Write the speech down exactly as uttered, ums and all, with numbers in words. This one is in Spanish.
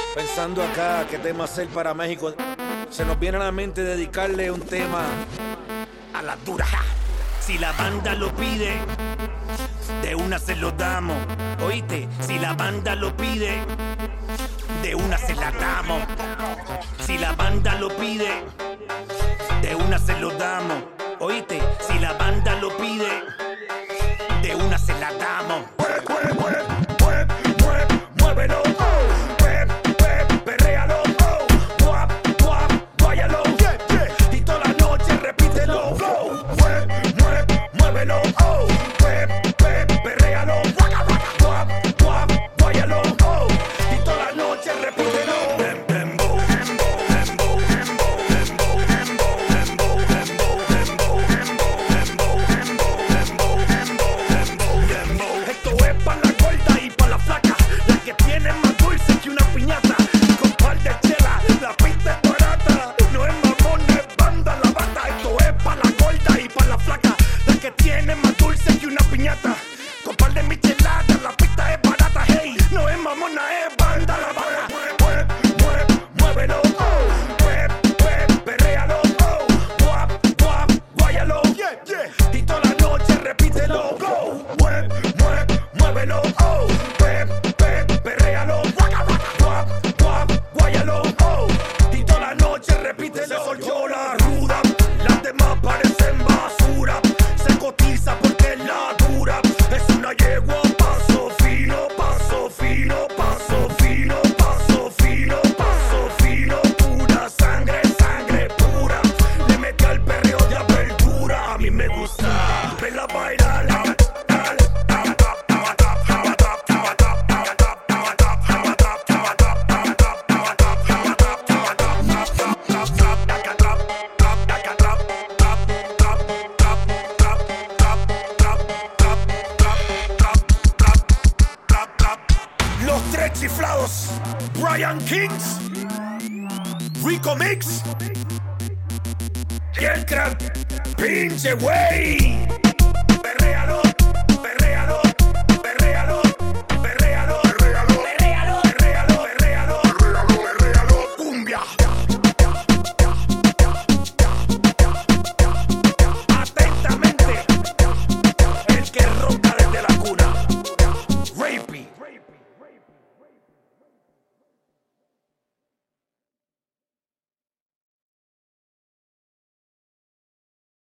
Pensando acá qué tema hacer para México, se nos viene a la mente dedicarle un tema a la dura. Si la banda lo pide, de una se lo damos. Oíste, si la banda lo pide, de una se la damos. Si la banda lo pide, de una se lo damos. Oíste, si la banda lo pide, de una se la damos. Mueve, mueve, mueve, mueve, mueve, muévelo, oh. Mueve, mueve, perréalo, oh. Guap, guap, guáyalo, yeah, yeah. Y toda la noche repítelo, flow. Mueve, mueve, muévelo, oh. Mueve, mueve, perréalo, guap, guap, guap, guáyalo, oh. Y toda la noche repítelo. Dembow, dembow, dembow, dembow, dembow, dembow, dembow, dembow, dembow, dembow, dembow, dembow, dembow. Esto es pa' la gorda y pa' la flaca, la que tiene más dulce que una piñata. Con par de chela, la pista es barata. No es mamón, es banda la bata. Esto es pa' la gorda y pa' la flaca, la que tiene más dulce que una piñata. Con par de micheladas, la pista es barata. Hey, no es mamona, es banda la bata. Mueve, mueve, muévelo, oh. Mueve, mueve, perréalo, oh. Guap, guap, guáyalo, yeah, yeah. Y toda la noche repítelo, go. Mueve, mueve, muévelo, oh. Mueve, mueve, perréalo, guap, guap, guáyalo, oh. Y toda la noche repítelo. Se soltó la ruda, las demás parecen basura. Se cotiza porque es la dura. Es una yegua, paso fino, paso fino, paso fino, paso fino, paso fino. Pura sangre, sangre pura. Le metí al perreo de apertura. A mí me gusta verla bailar. Los tres chiflados, Brian Kings, Rico Mix y el crack, pinche güey.